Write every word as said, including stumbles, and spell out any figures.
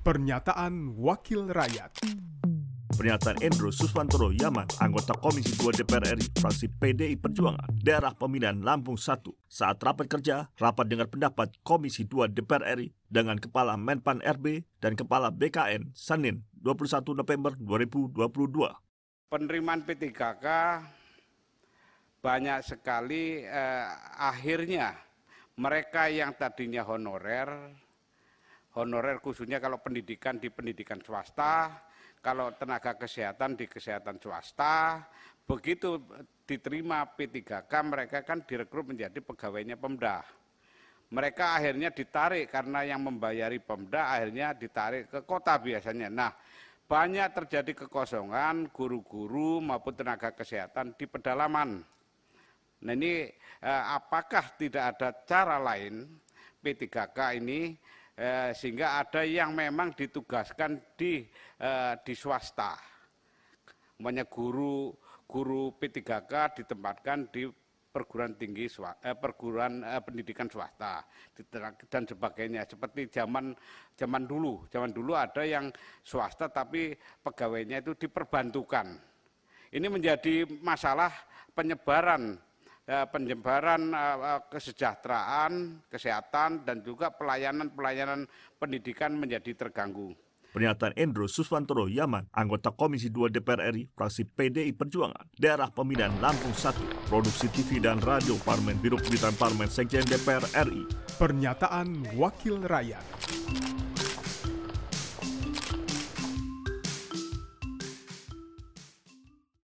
Pernyataan Wakil Rakyat. Pernyataan Endro Suswantoro Yaman, anggota Komisi dua D P R R I, fraksi P D I Perjuangan, daerah pemilihan Lampung satu, saat rapat kerja, rapat dengar pendapat Komisi dua D P R R I dengan Kepala Menpan R B dan Kepala B K N, Senin dua puluh satu November dua ribu dua puluh dua. Penerimaan P tiga K banyak sekali eh, akhirnya mereka yang tadinya honorer, honorer khususnya kalau pendidikan di pendidikan swasta, kalau tenaga kesehatan di kesehatan swasta, begitu diterima P tiga K mereka kan direkrut menjadi pegawainya Pemda. Mereka akhirnya ditarik karena yang membayari Pemda akhirnya ditarik ke kota biasanya. Nah, banyak terjadi kekosongan guru-guru maupun tenaga kesehatan di pedalaman. Nah ini eh, apakah tidak ada cara lain P tiga K ini eh, sehingga ada yang memang ditugaskan di eh, di swasta. Umpamanya guru guru P tiga K ditempatkan di perguruan tinggi eh, perguruan eh, pendidikan swasta dan sebagainya. Seperti zaman zaman dulu, zaman dulu ada yang swasta tapi pegawainya itu diperbantukan. Ini menjadi masalah penyebaran penyebaran kesejahteraan, kesehatan, dan juga pelayanan-pelayanan pendidikan menjadi terganggu. Pernyataan Endro Suswantoro Yaman, anggota Komisi dua D P R R I, fraksi P D I Perjuangan, daerah pemilihan Lampung satu, produksi T V dan radio Parlemen Biro Pemberitaan Parlemen Sekjen D P R R I. Pernyataan Wakil Rakyat.